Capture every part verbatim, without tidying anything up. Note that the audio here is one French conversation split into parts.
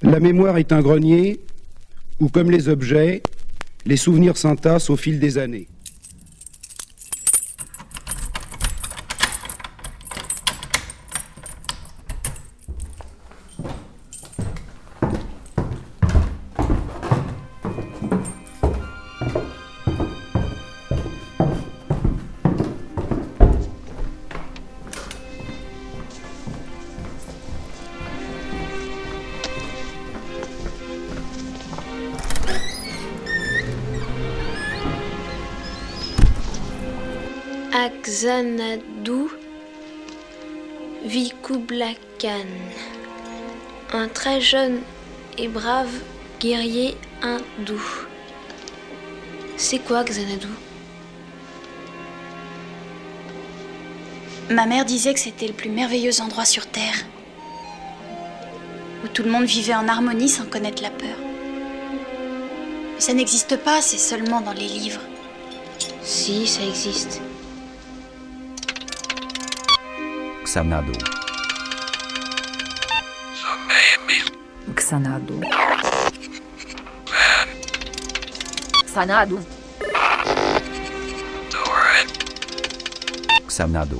La mémoire est un grenier où, comme les objets, les souvenirs s'entassent au fil des années. Xanadu vit Kublai Khan, un très jeune et brave guerrier hindou. C'est quoi Xanadu? Ma mère disait que c'était le plus merveilleux endroit sur Terre, où tout le monde vivait en harmonie sans connaître la peur. Mais ça n'existe pas, c'est seulement dans les livres. Si, ça existe. Xanadu. Xanadu. Xanadu. Xanadu.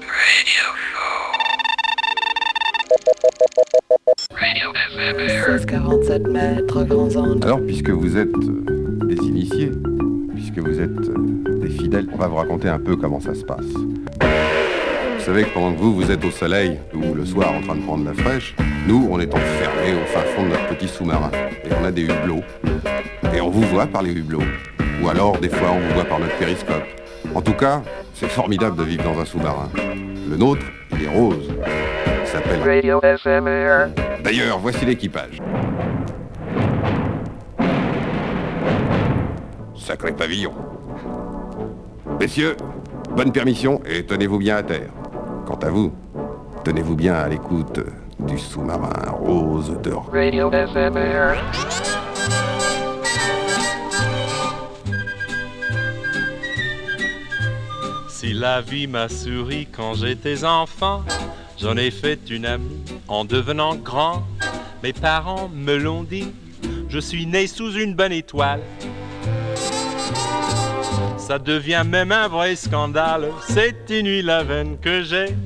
seize quarante-sept mètres, grands angles. Alors, puisque vous êtes euh, des initiés, puisque vous êtes euh, des fidèles, on va vous raconter un peu comment ça se passe. Vous savez que pendant que vous, vous êtes au soleil, ou le soir en train de prendre la fraîche, nous, on est enfermés au fin fond de notre petit sous-marin. Et on a des hublots. Et on vous voit par les hublots. Ou alors, des fois, on vous voit par notre périscope. En tout cas, c'est formidable de vivre dans un sous-marin. Le nôtre, il est rose. Il s'appelle Radio S M R. D'ailleurs, voici l'équipage. Sacré pavillon. Messieurs, bonne permission et tenez-vous bien à terre. Quant à vous, tenez-vous bien à l'écoute du sous-marin rose de Radio S M R. Si la vie m'a souri quand j'étais enfant, j'en ai fait une amie en devenant grand. Mes parents me l'ont dit, je suis né sous une bonne étoile. Ça devient même un vrai scandale, cette nuit la veine que j'ai.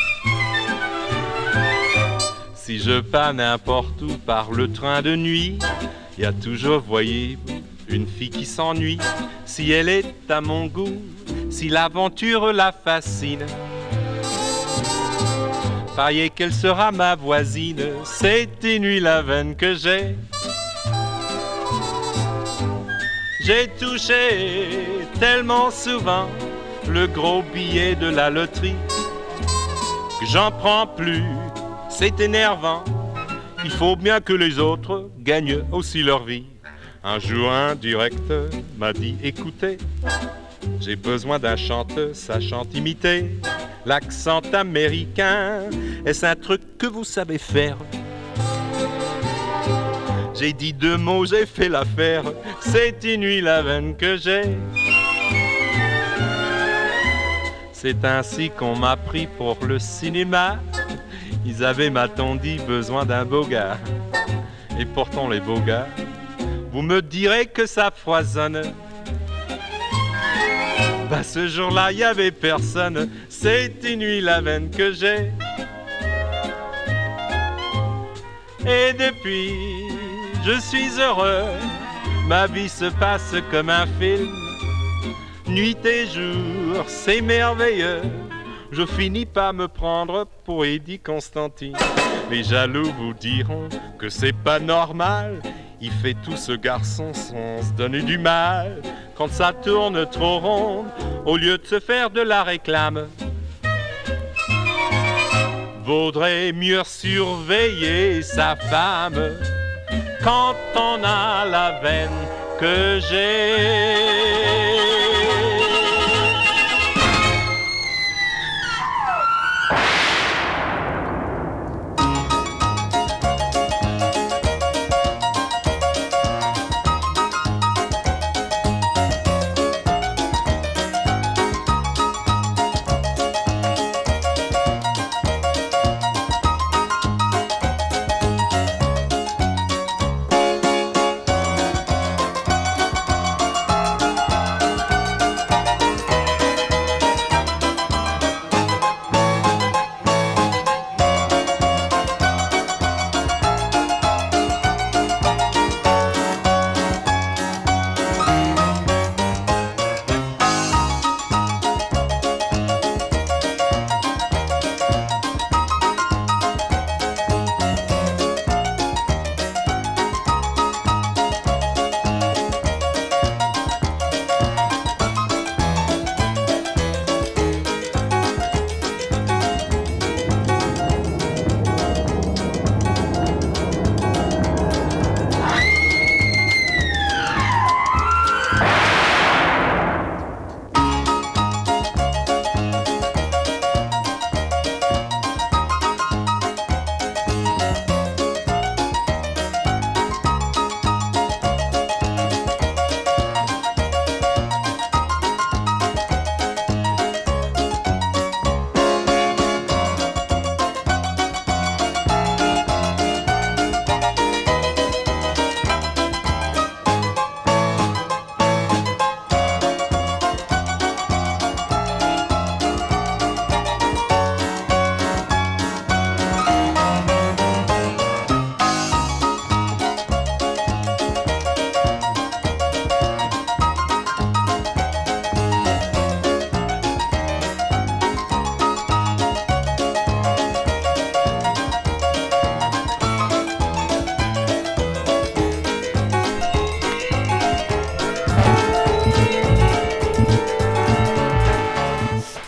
Si je pars n'importe où par le train de nuit, y a toujours, voyez, une fille qui s'ennuie. Si elle est à mon goût, si l'aventure la fascine, pariez qu'elle sera ma voisine, cette nuit la veine que j'ai. J'ai touché tellement souvent le gros billet de la loterie que j'en prends plus, c'est énervant. Il faut bien que les autres gagnent aussi leur vie. Un jour un directeur m'a dit, écoutez, j'ai besoin d'un chanteur sachant imiter l'accent américain. Est-ce un truc que vous savez faire? J'ai dit deux mots, j'ai fait l'affaire. C'est une nuit la veine que j'ai. C'est ainsi qu'on m'a pris pour le cinéma. Ils avaient, m'a-t-on dit, besoin d'un beau gars. Et pourtant les beaux gars, vous me direz que ça foisonne. Bah ce jour-là, y avait personne. C'est une nuit la veine que j'ai. Et depuis, je suis heureux, ma vie se passe comme un film. Nuit et jour, c'est merveilleux. Je finis par me prendre pour Eddie Constantine. Les jaloux vous diront que c'est pas normal. Il fait tout ce garçon sans se donner du mal. Quand ça tourne trop rond, au lieu de se faire de la réclame, vaudrait mieux surveiller sa femme. Quand on a la veine que j'ai.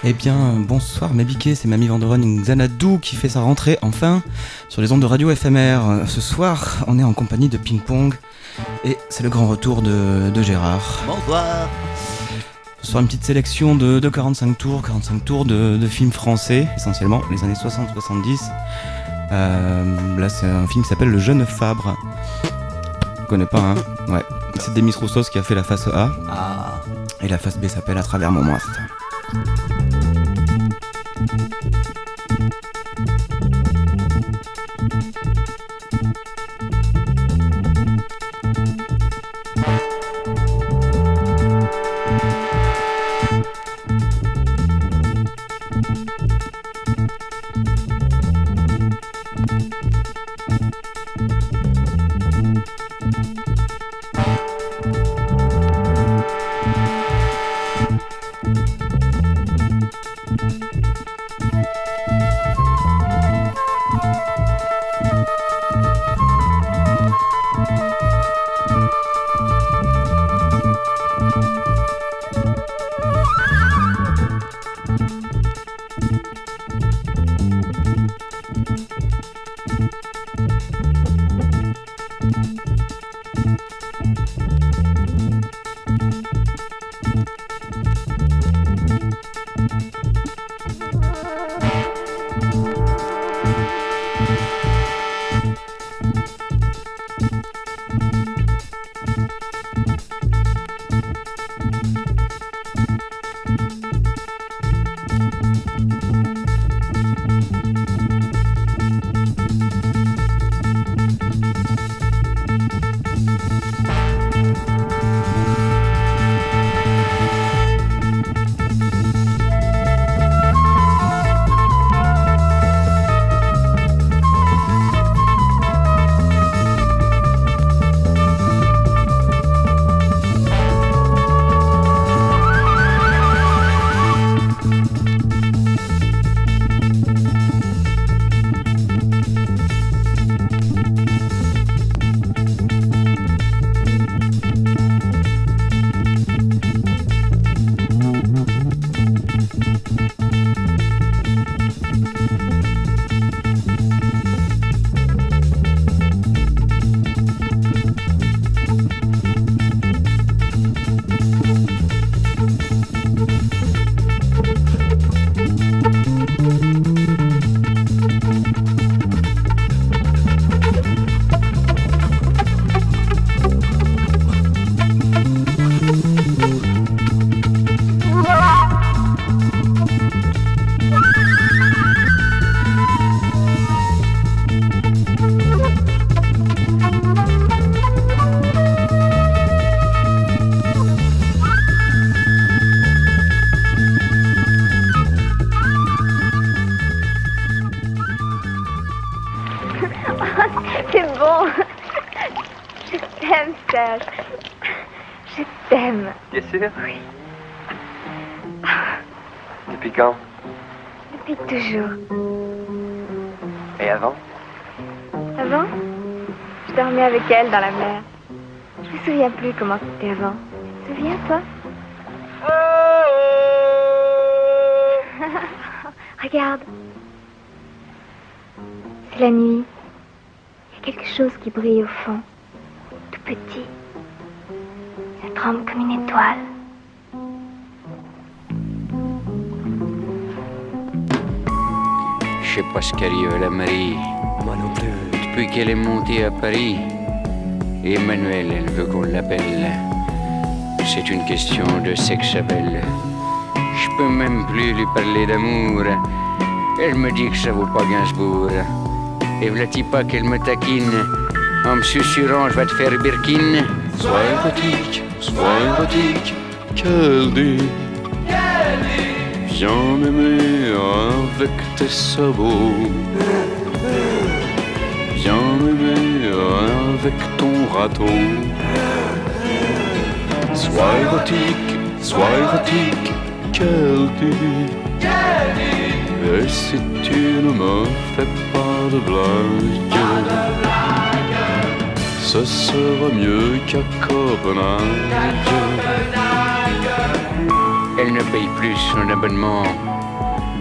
Eh bien, bonsoir Mabiké, c'est Mamie Vandoren Xanadu qui fait sa rentrée enfin sur les ondes de radio F M R. Ce soir, on est en compagnie de Ping Pong et c'est le grand retour de, de Gérard. Bonsoir. Ce soir, une petite sélection de, de quarante-cinq tours, quarante-cinq tours de, de films français, essentiellement les années soixante soixante-dix. Euh, là, c'est un film qui s'appelle Le Jeune Fabre. Je connais pas, hein? Ouais. C'est Demis Roussos qui a fait la face A. Ah. Et la face B s'appelle À travers mon ouest. Je t'aime. Bien sûr. Oui. Depuis quand? Depuis toujours. Et avant? Avant, je dormais avec elle dans la mer. Je me souviens plus comment c'était avant. Tu te souviens, toi? Regarde. C'est la nuit. Il y a quelque chose qui brille au fond. Tout petit. Ça tremble comme une étoile. Je sais pas ce qu'arrive à la Marie. Moi non plus. Depuis qu'elle est montée à Paris, Emmanuel, elle veut qu'on l'appelle. C'est une question de sexe belle. Je peux même plus lui parler d'amour. Elle me dit que ça vaut pas Gainsbourg. Et v'là-t-il pas qu'elle me taquine en me susurrant je vais te faire Birkin. Sois érotique, sois érotique, qu'elle dit. Viens m'aimer avec tes sabots. Viens m'aimer avec ton râteau. Sois érotique, sois érotique, qu'elle dit. Et si tu ne me fais pas de blague, ce sera mieux qu'à Copenhague. Elle ne paye plus son abonnement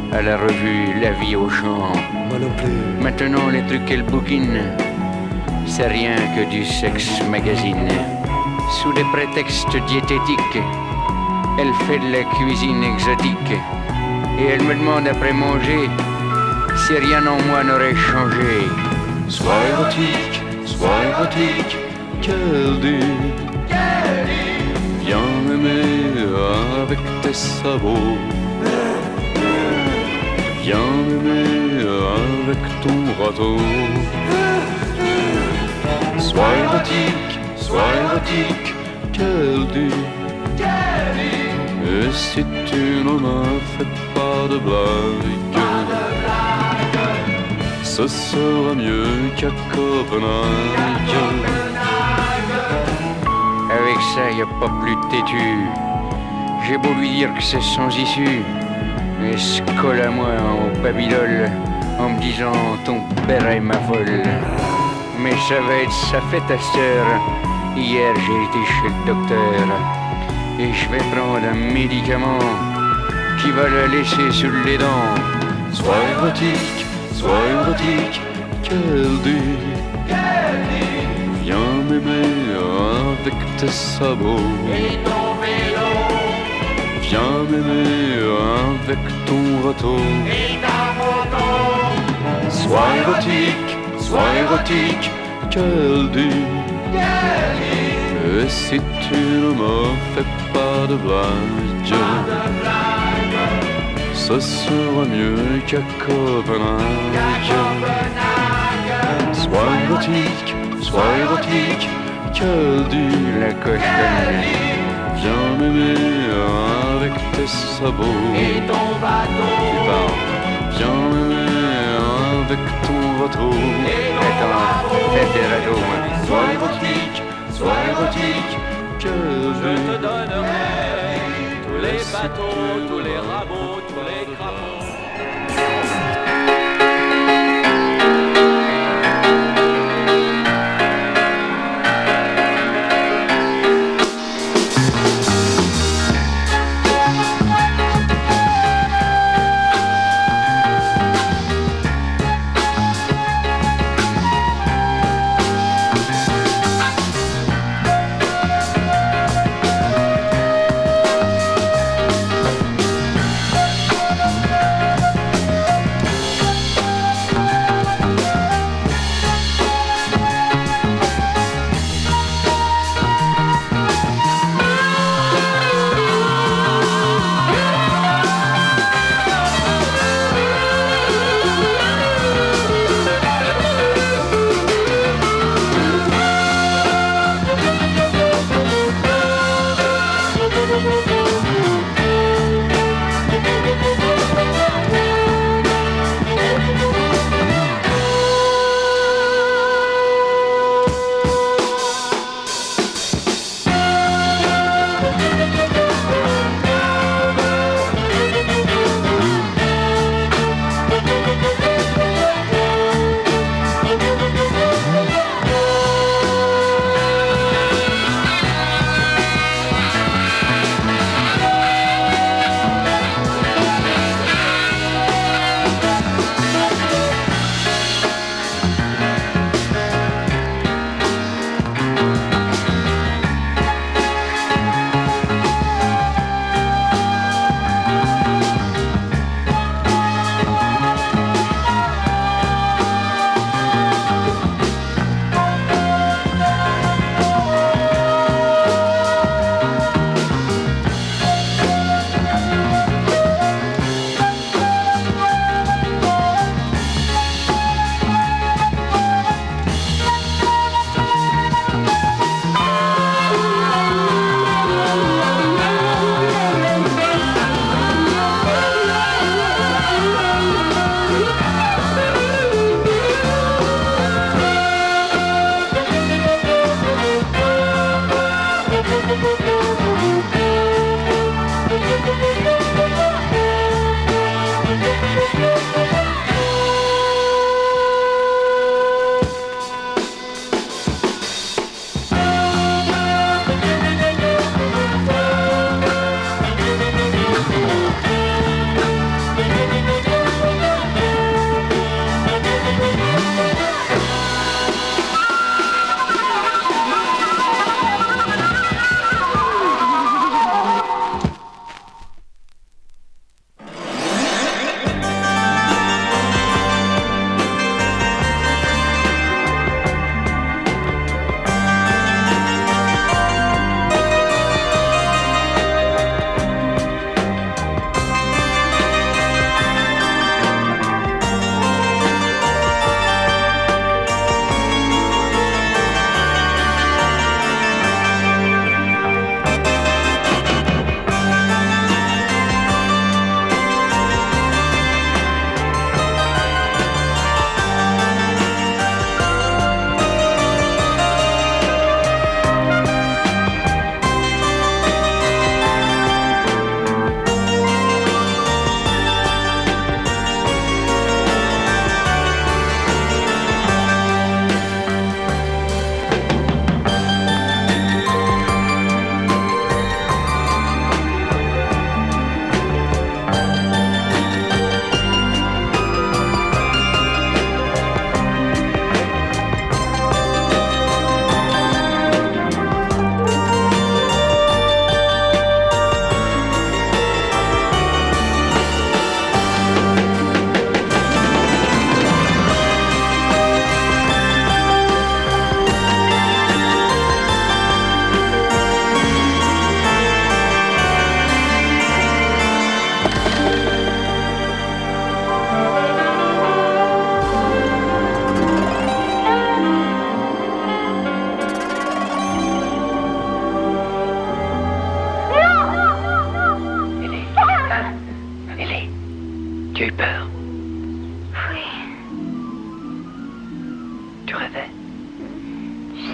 à la revue La Vie au champ. Moi non plus. Maintenant, les trucs qu'elle bouquine, c'est rien que du sexe magazine. Sous des prétextes diététiques, elle fait de la cuisine exotique. Et elle me demande après manger si rien en moi n'aurait changé. Sois érotique, sois érotique, qu'elle dit. Viens m'aimer avec tes sabots. Viens m'aimer avec ton râteau. Sois érotique, sois érotique, qu'elle dit. Et si tu ne me fais pas de blague, ce sera mieux qu'à Copenhague. Avec ça, y a pas plus têtu. J'ai beau lui dire que c'est sans issue, mais se colle à moi en babylole en me disant ton père est ma folle. Mais ça va être sa fête à cette heure. Hier j'ai été chez le docteur et je vais prendre un médicament qui va la laisser sur les dents. Sois érotique, sois érotique, qu'elle dit. Viens m'aimer avec tes sabots. Et ton vélo. Viens m'aimer avec ton râteau. Et ta moto. Sois érotique, sois érotique, qu'elle dit. Et si tu ne me fais pas de blague, ce sera mieux qu'à Copenhague. Sois érotique, sois érotique, qu'elle dit. La cochonne. Viens m'aimer avec tes sabots. Et ton bateau. Tu parles. Viens m'aimer avec ton bateau. Attends, faites des radeaux, moi. Sois érotique, sois érotique, que je te donnerai tous les bateaux, tous les rameaux, tous les crapauds.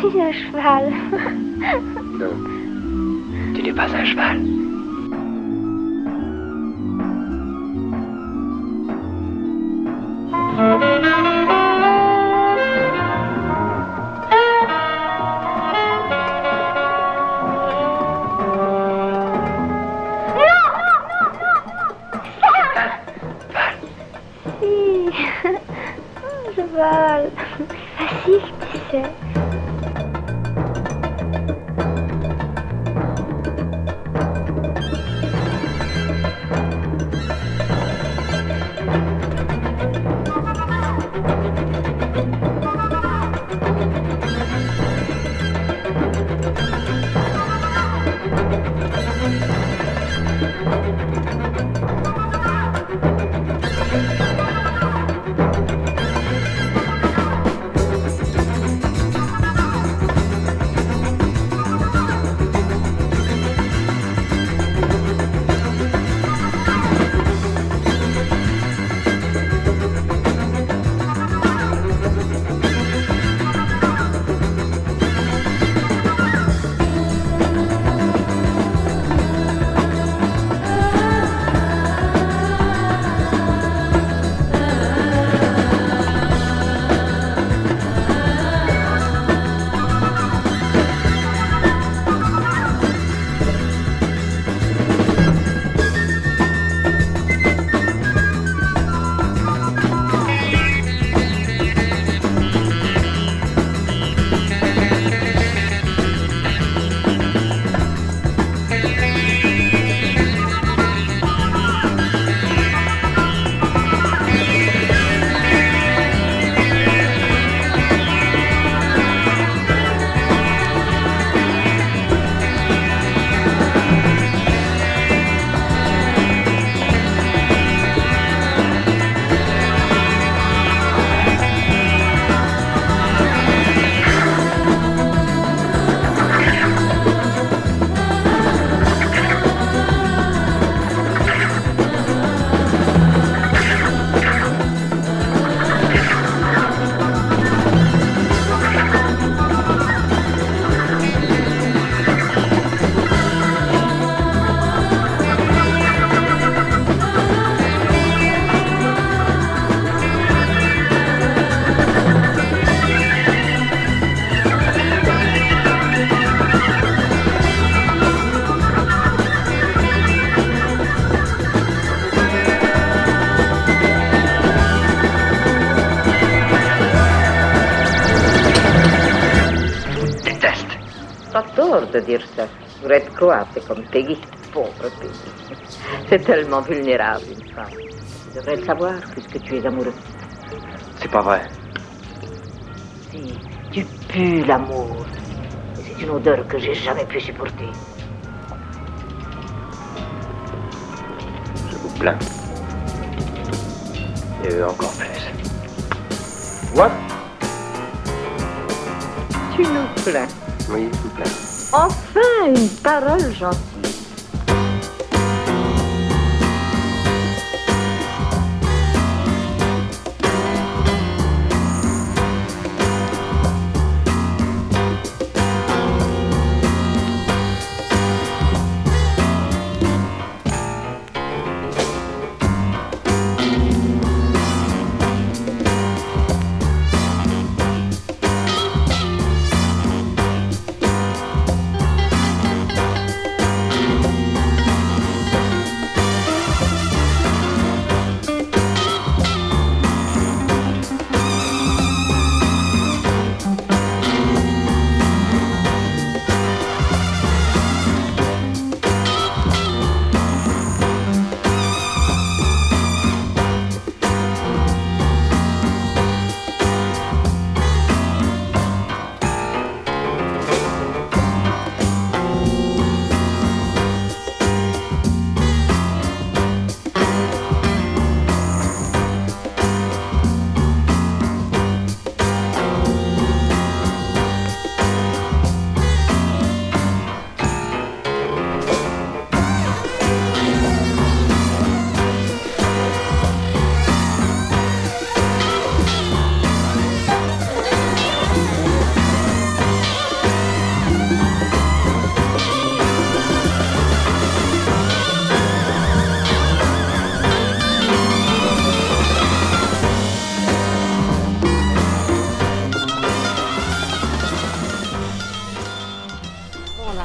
suis un cheval. Non, tu n'es pas un cheval. Cheval, c'est facile, tu sais. De dire ça. Vous êtes coiffé comme Peggy, pauvre Peggy. C'est tellement vulnérable, une femme. Tu devrais le savoir, puisque tu es amoureux. C'est pas vrai. Si, tu pues l'amour. Et c'est une odeur que j'ai jamais pu supporter. Je vous plains. Et eux encore plus. What? Tu nous plains. Oui, je vous plains. Enfin, une parole gentille.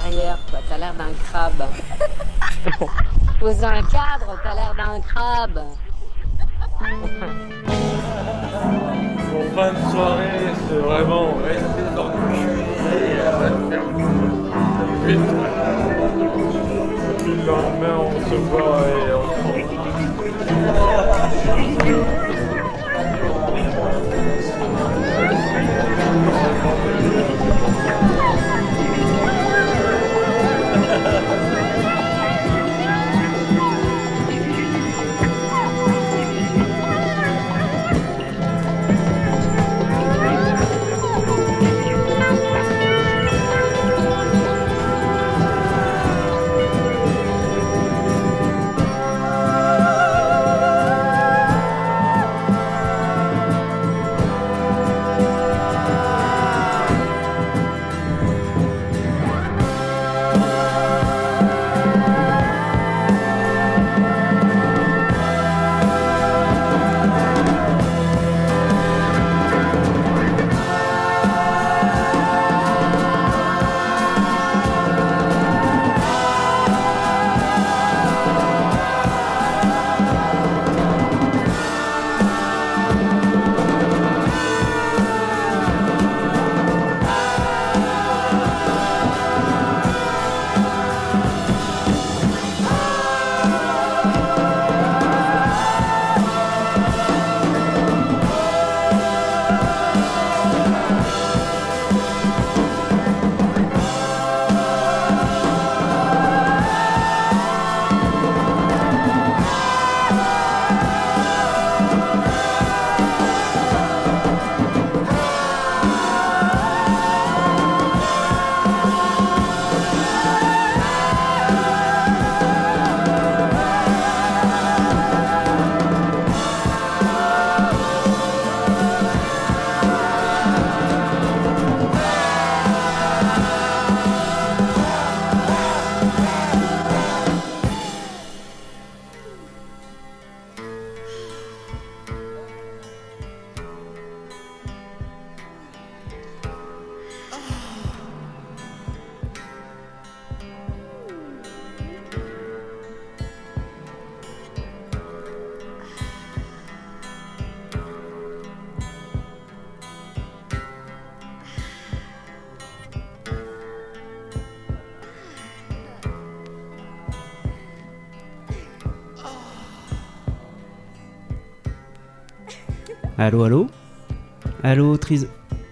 derrière, quoi. T'as l'air d'un crabe. Pose un cadre, t'as l'air d'un crabe. En fin de soirée, c'est vraiment rester dans le cul et euh, puis, puis le lendemain, on se voit et on Allô, allô Allô, Tris...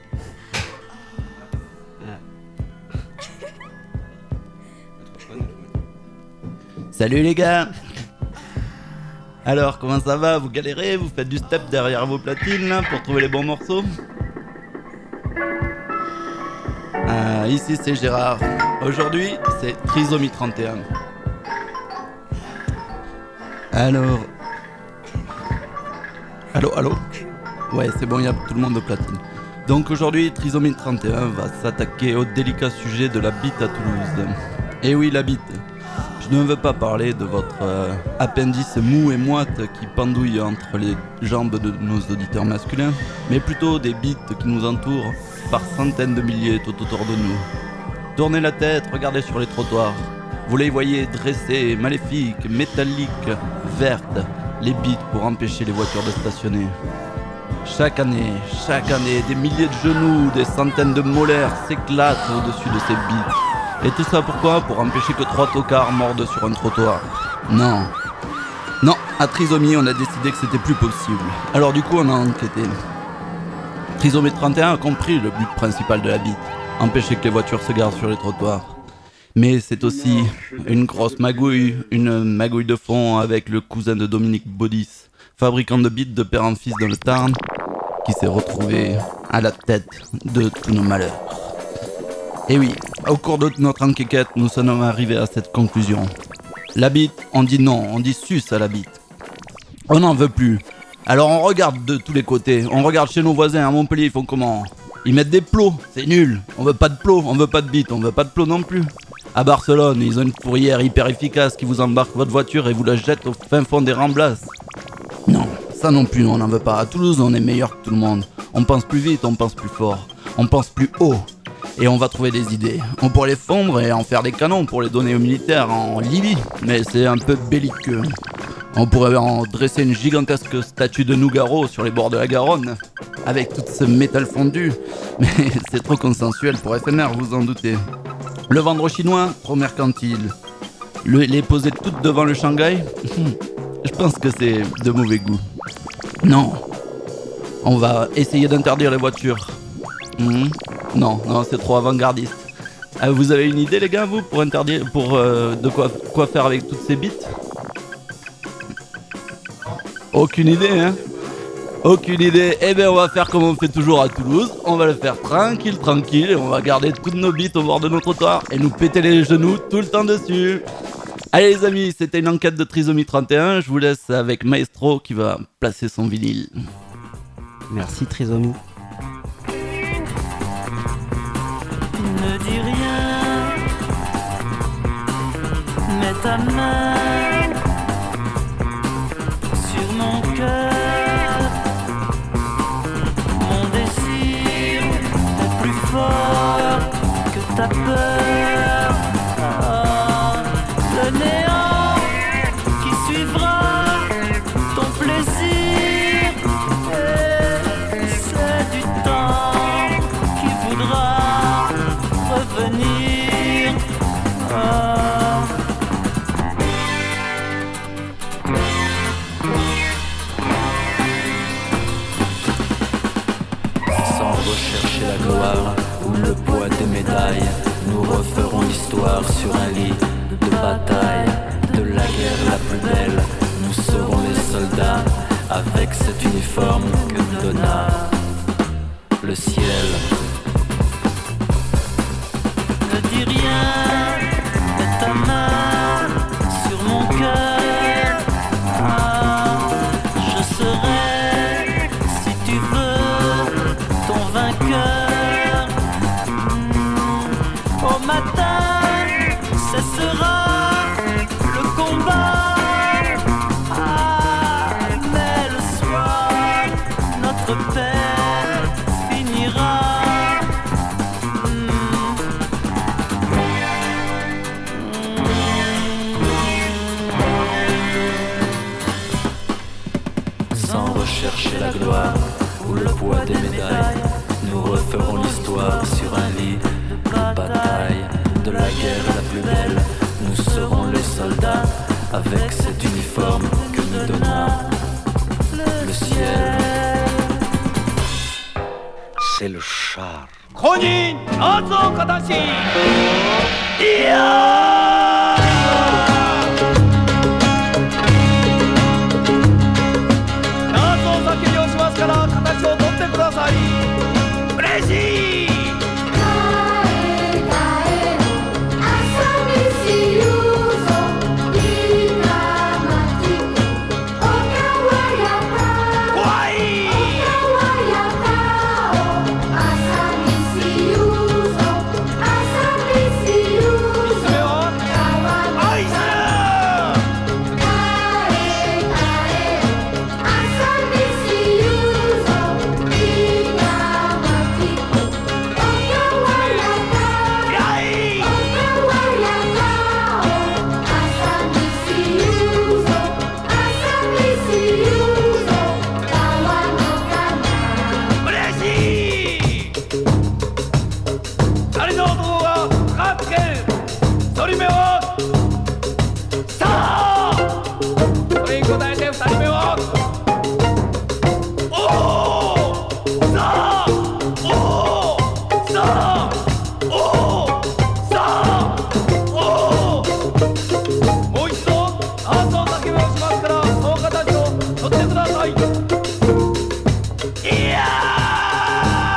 Salut les gars. Alors, comment ça va? Vous galérez? Vous faites du step derrière vos platines là pour trouver les bons morceaux? Ah, ici c'est Gérard. Aujourd'hui, c'est Trisomie trente et un. Alors... Allô, allô? Ouais, c'est bon, il y a tout le monde au platine. Donc aujourd'hui, Trisomie trente et un va s'attaquer au délicat sujet de la bite à Toulouse. Et oui, la bite. Je ne veux pas parler de votre euh, appendice mou et moite qui pendouille entre les jambes de nos auditeurs masculins, mais plutôt des bites qui nous entourent par centaines de milliers tout autour de nous. Tournez la tête, regardez sur les trottoirs. Vous les voyez dressées, maléfiques, métalliques, vertes, les bites pour empêcher les voitures de stationner. Chaque année, chaque année, des milliers de genoux, des centaines de molaires s'éclatent au-dessus de ces bites. Et tout ça pourquoi? Pour empêcher que trois tocards mordent sur un trottoir. Non. Non, à Trisomie, on a décidé que c'était plus possible. Alors du coup, on a enquêté. Trisomie trente et un a compris le but principal de la bite. Empêcher que les voitures se garent sur les trottoirs. Mais c'est aussi une grosse magouille, une magouille de fond avec le cousin de Dominique Baudis, fabricant de bites de père en fils dans le Tarn, qui s'est retrouvé à la tête de tous nos malheurs. Et oui, au cours de notre enquête, nous sommes arrivés à cette conclusion. La bite, on dit non, on dit suce à la bite. On n'en veut plus. Alors on regarde de tous les côtés, on regarde chez nos voisins à Montpellier, ils font comment? Ils mettent des plots, c'est nul. On veut pas de plots, on veut pas de bite, on veut pas de plots non plus. À Barcelone, ils ont une fourrière hyper efficace qui vous embarque votre voiture et vous la jette au fin fond des Ramblas. Non, ça non plus, on n'en veut pas. À Toulouse, on est meilleur que tout le monde. On pense plus vite, on pense plus fort, on pense plus haut. Et on va trouver des idées. On pourrait les fondre et en faire des canons pour les donner aux militaires en Libye, mais c'est un peu belliqueux. On pourrait en dresser une gigantesque statue de Nougaro sur les bords de la Garonne, avec tout ce métal fondu, mais c'est trop consensuel pour F N R, vous en doutez. Le vendre aux Chinois, trop mercantile. Le, les poser toutes devant le Shanghai, je pense que c'est de mauvais goût. Non, on va essayer d'interdire les voitures. Mmh. Non, non, c'est trop avant-gardiste. Euh, vous avez une idée, les gars, vous, pour interdire, pour euh, de quoi, quoi faire avec toutes ces bites ? Aucune idée, hein ? Aucune idée. Eh bien, on va faire comme on fait toujours à Toulouse. On va le faire tranquille, tranquille. Et on va garder toutes nos bites au bord de nos trottoirs et nous péter les genoux tout le temps dessus. Allez, les amis, c'était une enquête de Trisomie trente et un. Je vous laisse avec Maestro qui va placer son vinyle. Merci, Trisomie. Ne dis rien, mets ta main sur mon cœur. Mon désir est plus fort que ta peur. Ah, le néant qui suivra ton plaisir, et c'est du temps qui voudra revenir. Ah. Sans rechercher la gloire ou le poids des médailles, nous referons l'histoire sur un lit de bataille. De la guerre la plus belle, nous serons les soldats avec cet uniforme que nous donna le ciel. Ne dis rien, mets ta main sur mon cœur. Ah, je serai, si tu veux, ton vainqueur. Mmh. Au matin, cessera le combat. Ah, mais le soir, notre paix finira. Chercher la gloire ou le poids des médailles, nous referons l'histoire sur un lit de bataille. De la guerre la plus belle, nous serons les soldats avec cet uniforme que nous donna le ciel. C'est le char. Ronin, Azo Kadashi, Iya! から形を取ってください。嬉しい。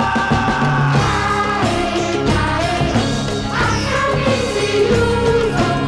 Thank you.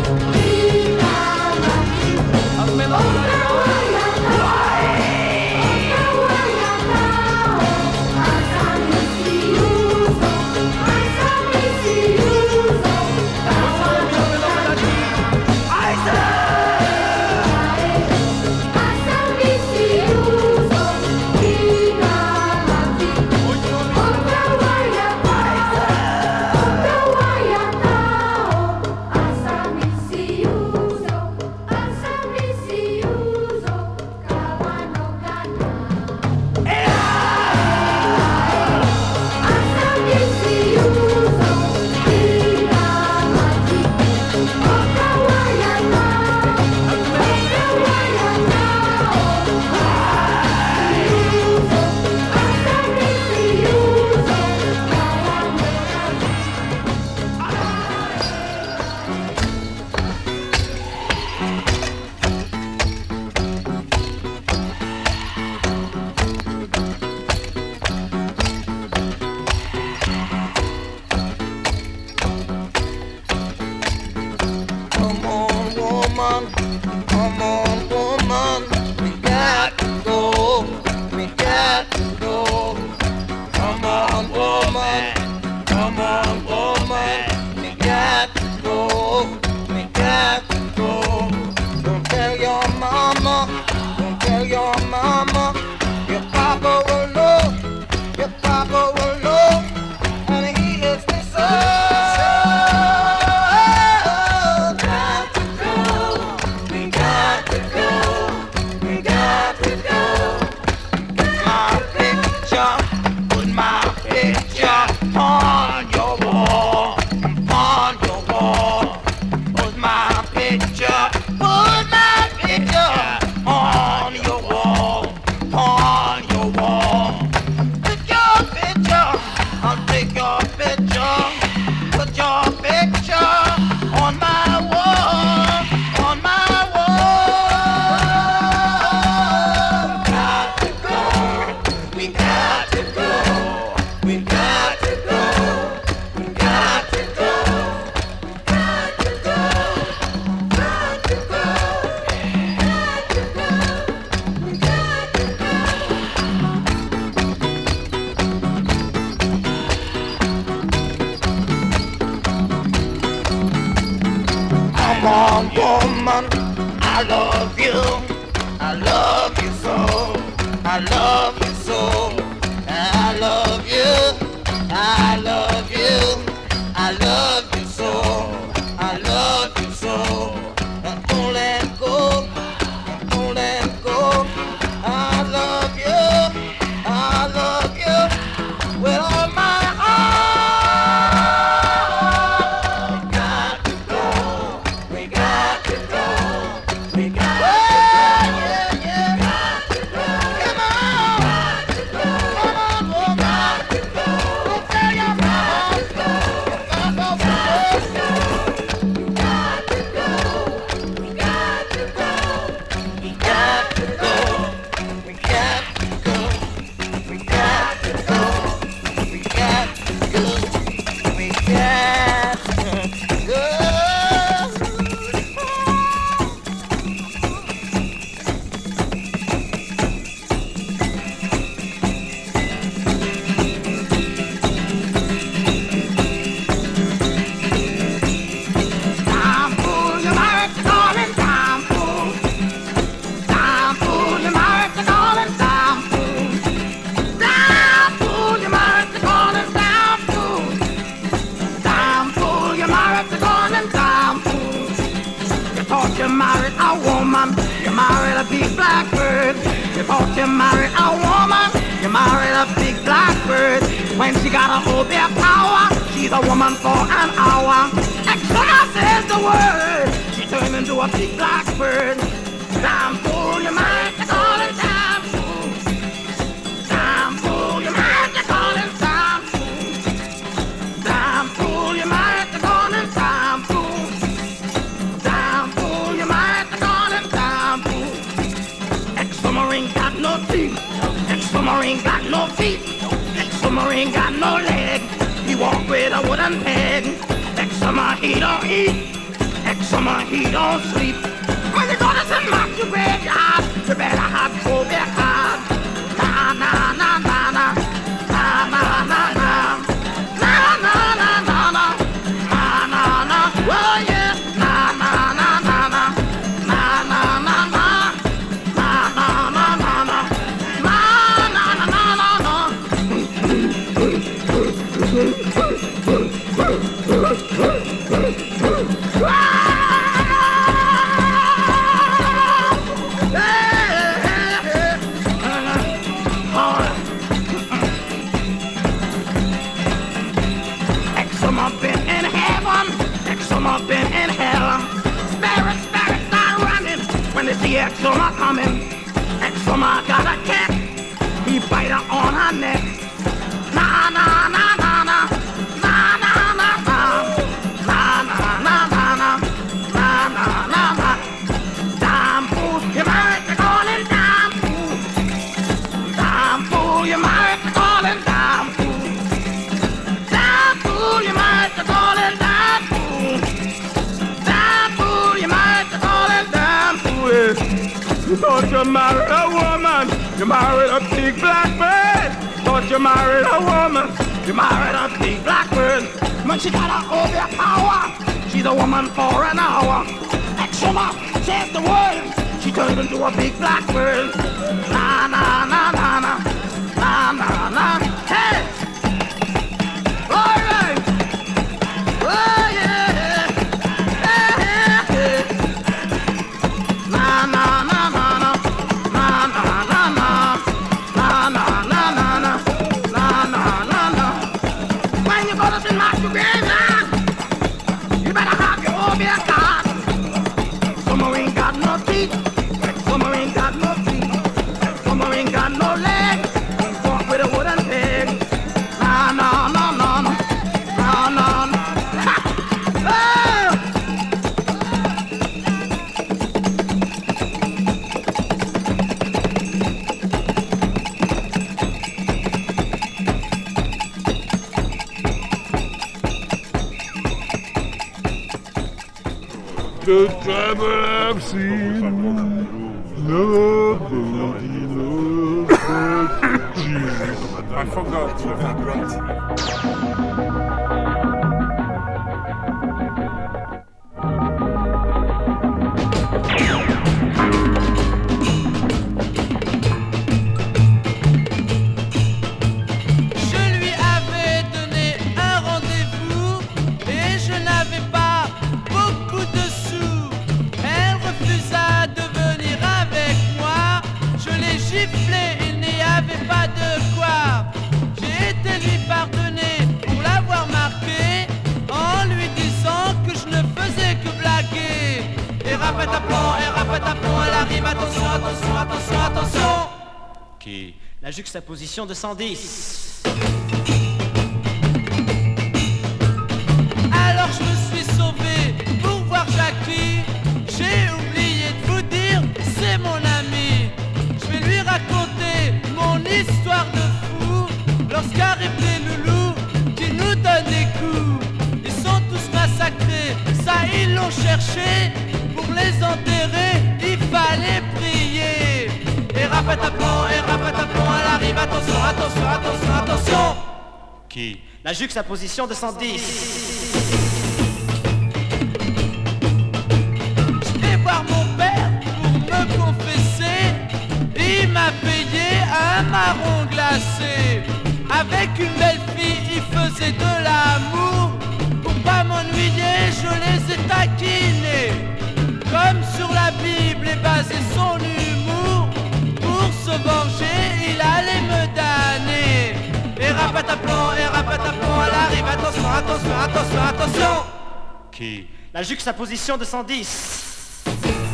Come on, woman, I love you. I love you so. I love you so. I love you. I love you. I love you so. I love you so. Don't let go. Don't let go. I love you. I love you with all my heart. You married a woman, you married a big blackbird. When she got a whole bit of power, she's a woman for an hour. Extra says the word, she turned into a big blackbird. Damn fool, you married to call it damn fool. Damn fool, you married to call it damn fool. Damn fool, you married to call it damn fool. Damn fool, you married to call it damn fool. Ex-submarine got no teeth, ex-submarine got no feet, ex-submarine got no leg. He walk with a wooden peg. Ex-summer he don't eat, ex-summer he don't sleep. When you go to Saint Mark's you graveyard, you better have your big card. Na na na na na, na na na na, na na na na na, na na na. Oh yeah, na na na na na, na na na na, na na na na na, na na na na na. Some have been in heaven, some have been in hell. Spirit, spirit, start running when they see Exuma coming. Exuma got a cat, he bite her on her neck. Na na na na na, na na na na, na na na na na, na na na na. Damn fool, you married to call him damn fool. Damn fool, you married to call him damn fool. Damn fool, you married to call him damn fool. Damn fool, you married to call him damn fool. You thought you married a woman, you married a big blackbird. Thought you married a woman, You married a big blackbird. When she got her over power, she's a woman for an hour. Exuma says the word, she turned into a big blackbird. Na na na na na, na na na. Hey, all right. Oh yeah. Hey, hey, hey. Na na na na na, na na na na, na na na na na, na na na na. When you go to Saint Mark's graveyard, you better have your own beer card. Summer ain't got no teeth, summer ain't got no feet, summer ain't got no legs. Walk with a wooden peg. Na na na na na, na na na. Ha! Oh! The trouble I've seen, nobody knows but Jesus. I forgot. rap-a-ta-plan, et rap-a-ta-plan, elle arrive, attention, attention, attention, attention. Qui? La juxtaposition de cent dix. Alors je me suis sauvé pour voir Jackie. J'ai oublié de vous dire, c'est mon ami. Je vais lui raconter mon histoire de fou. Lorsqu'arrive les loulous qui nous donnent des coups. Ils sont tous massacrés, ça ils l'ont cherché. Pour les enterrer, il fallait prier. Et rap-a-ta-plan, et rap-a-ta-plan, elle arrive, attention, attention, attention, attention. Qui? La juxtaposition de cent dix. Je vais voir mon père pour me confesser. Il m'a payé un marron glacé. Avec une belle fille, il faisait de l'amour. Pour pas m'ennuyer, je les ai taquinés. Comme sur la Bible est basé son humour. Pour se venger, il allait me damner. Et rap-a-ta-plan, et rap-a-ta-plan, elle arrive, attention, attention, attention, attention. Qui? La juxtaposition de cent dix.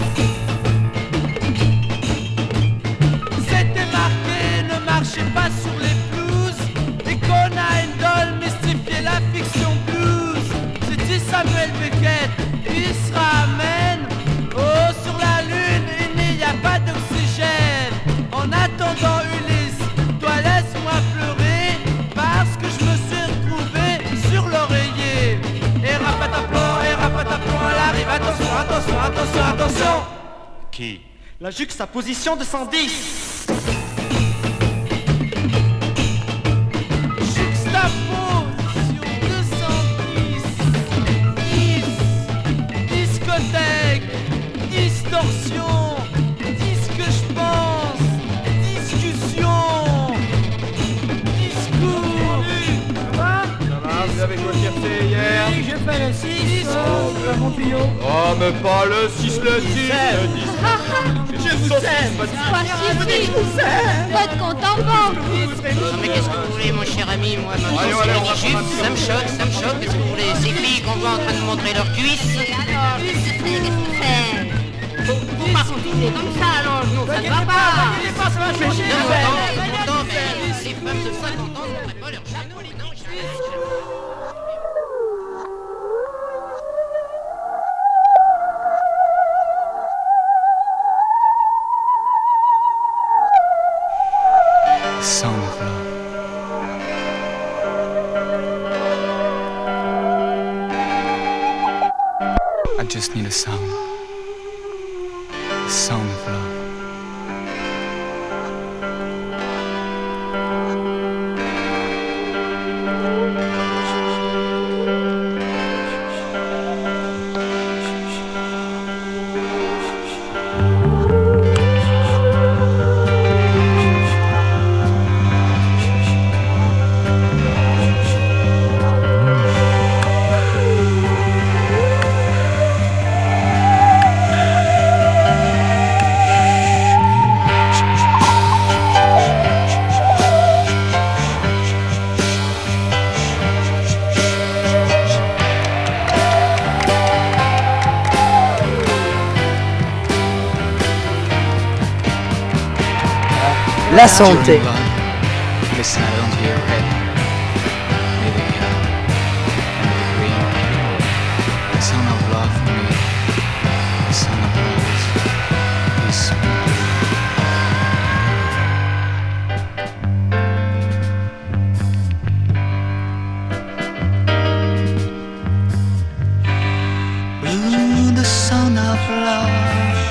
C'était marqué, ne marchez pas sur les pelouses. Et Conan Doyle mystifiait la fiction blues. C'est dit Samuel Beckett, il se ramène. Oh, sur la lune, il n'y a pas d'oxygène. En attendant Ulysse, toi laisse-moi pleurer. Parce que je me suis retrouvé sur l'oreiller. Et rap-a-ta-plan, et rap-a-ta-plan, elle arrive, attention, attention, attention, attention. Qui? La juxtaposition de cent dix. Juxtaposition de cent dix. dix. Discothèque. Distorsion. Dis ce que je pense. Discussion. Discours. Ça va? Ça va, vous avez joué chercher hier? Oui, j'ai fait le six. Oh, vous avez mon tuyau? Oh, mais pas le six, le dix, le dix. Je vous aime. Je vous aime. Votre compte en banque. Non mais qu'est-ce que vous voulez mon cher ami, moi ma Allez, chance allez, c'est on va ridicule, prendre un ça me choque, ça me choque, qu'est-ce que vous voulez? Ces filles qu'on voit en train de montrer leurs cuisses. Et alors, qu'est-ce que c'est? Qu'est-ce que c'est? Faut, faut pas continuer comme ça, alors non, ça ne va pas. N'inquiétez pas, ça va changer. Non, pourtant, pourtant, mais ces femmes de cinquante ans ne montraient pas leurs genoux, non, je Sound of love. I just need a sound. The sound of love. La santé. Listen, I don't hear red. Maybe yellow. Maybe green. The sound of love for me. The sound of love is sweet. Ooh, the sound of love.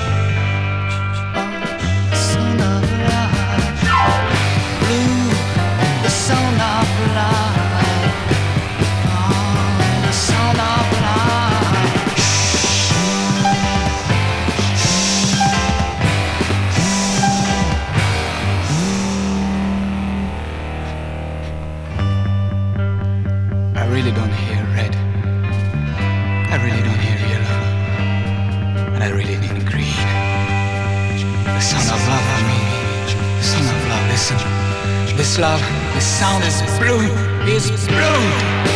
I really don't hear red. I really don't hear yellow. And I really need green. The sound of love for me. The sound of love, listen. This love, this sound is blue. Is blue.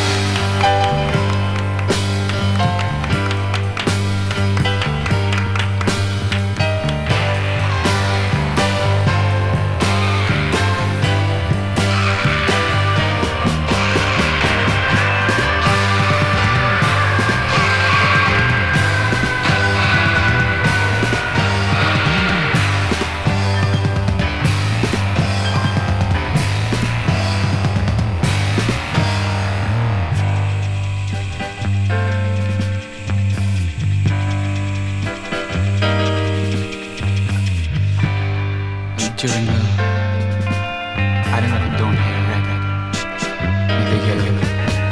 During love, I don't know, don't hear record. Maybe hear lyric.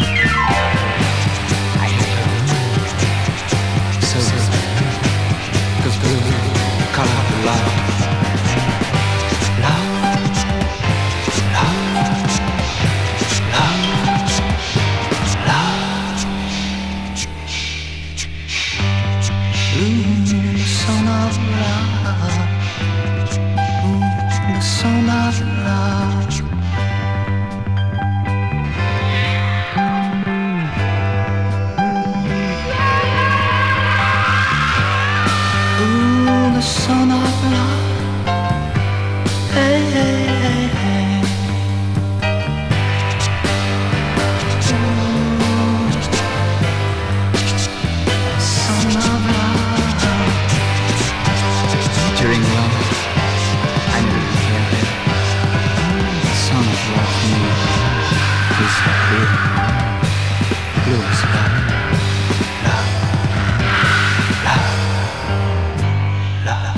I hear love. So good. Cause blue, color of love. Love. Love. Love. Love. Ooh, the son of love. The son of love. Ooh, the son of love. Hey, hey, hey, hey. Ooh, son of love. During love, I never hear it. The son of love to me is blue. Blue is love. Love. Love. Love.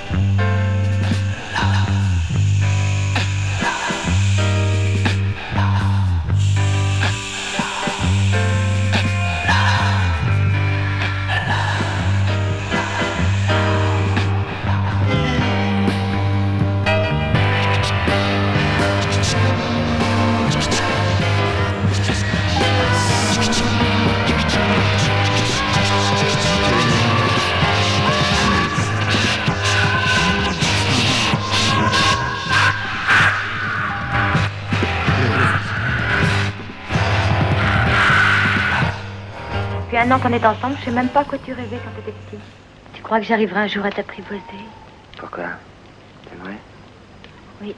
Depuis un an qu'on est ensemble, je sais même pas à quoi tu rêvais quand t'étais petit. Tu crois que j'arriverai un jour à t'apprivoiser? Pourquoi? T'aimerais? Oui.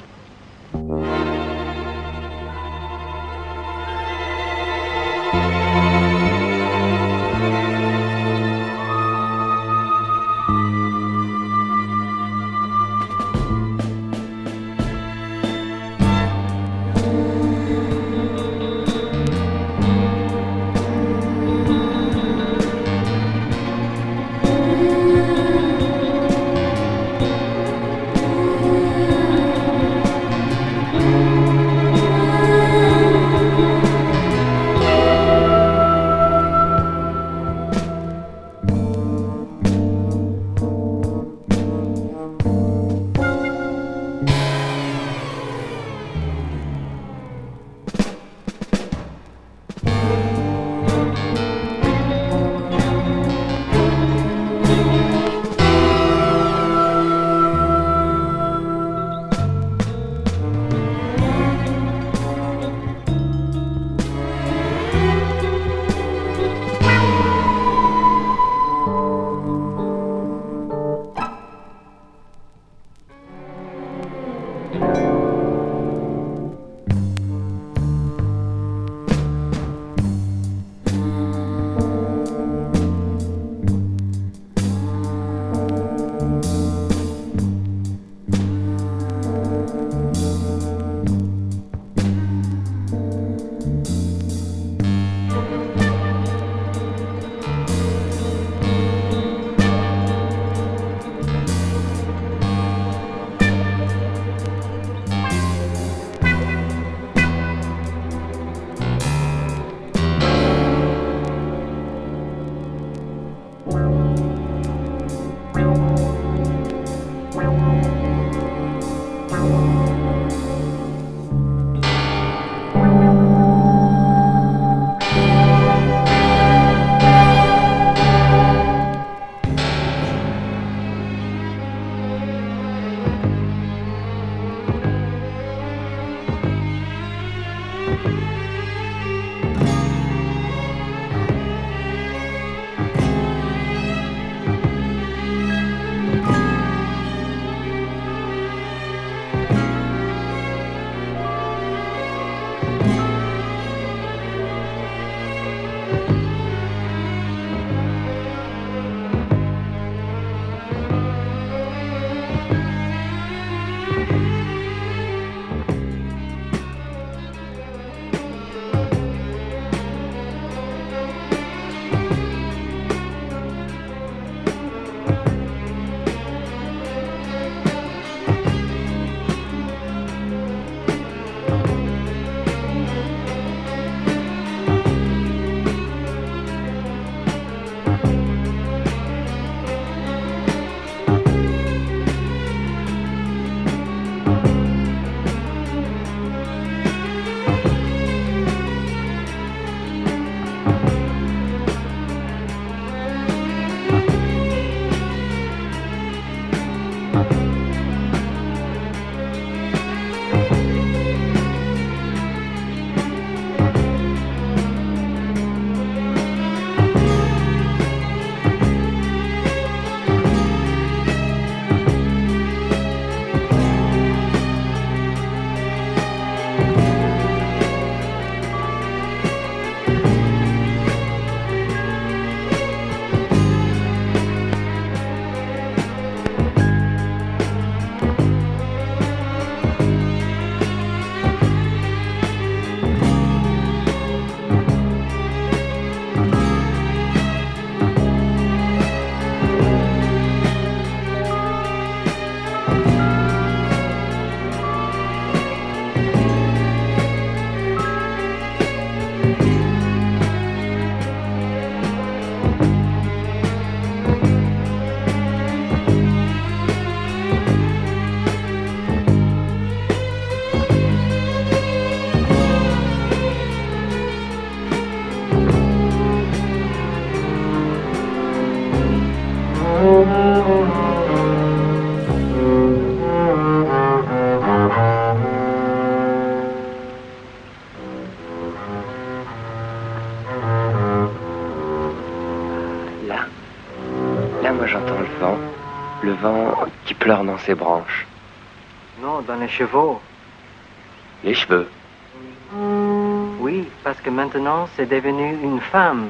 Thank you. Moi j'entends le vent, le vent qui pleure dans ses branches. Non, dans les chevaux. Les cheveux. Oui, parce que maintenant c'est devenu une femme.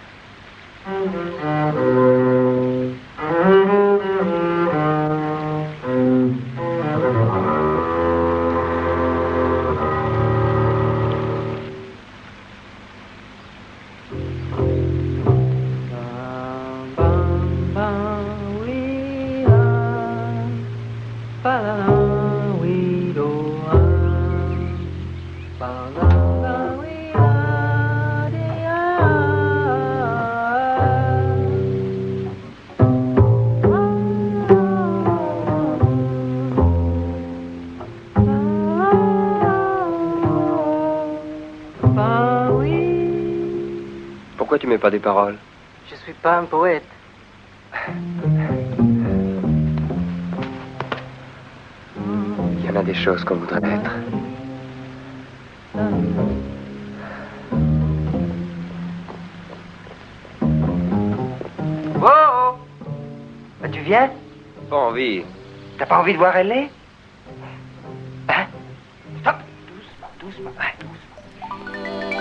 Pourquoi tu mets pas des paroles? Je suis pas un poète. Il y en a des choses qu'on voudrait être. Oh, oh. Bah, tu viens? Pas envie. T'as pas envie de voir Ellie? Hein? Stop! Doucement, doucement, ouais, doucement.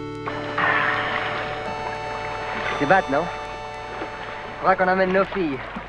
C'est bête, non? Faudra qu'on emmène nos filles.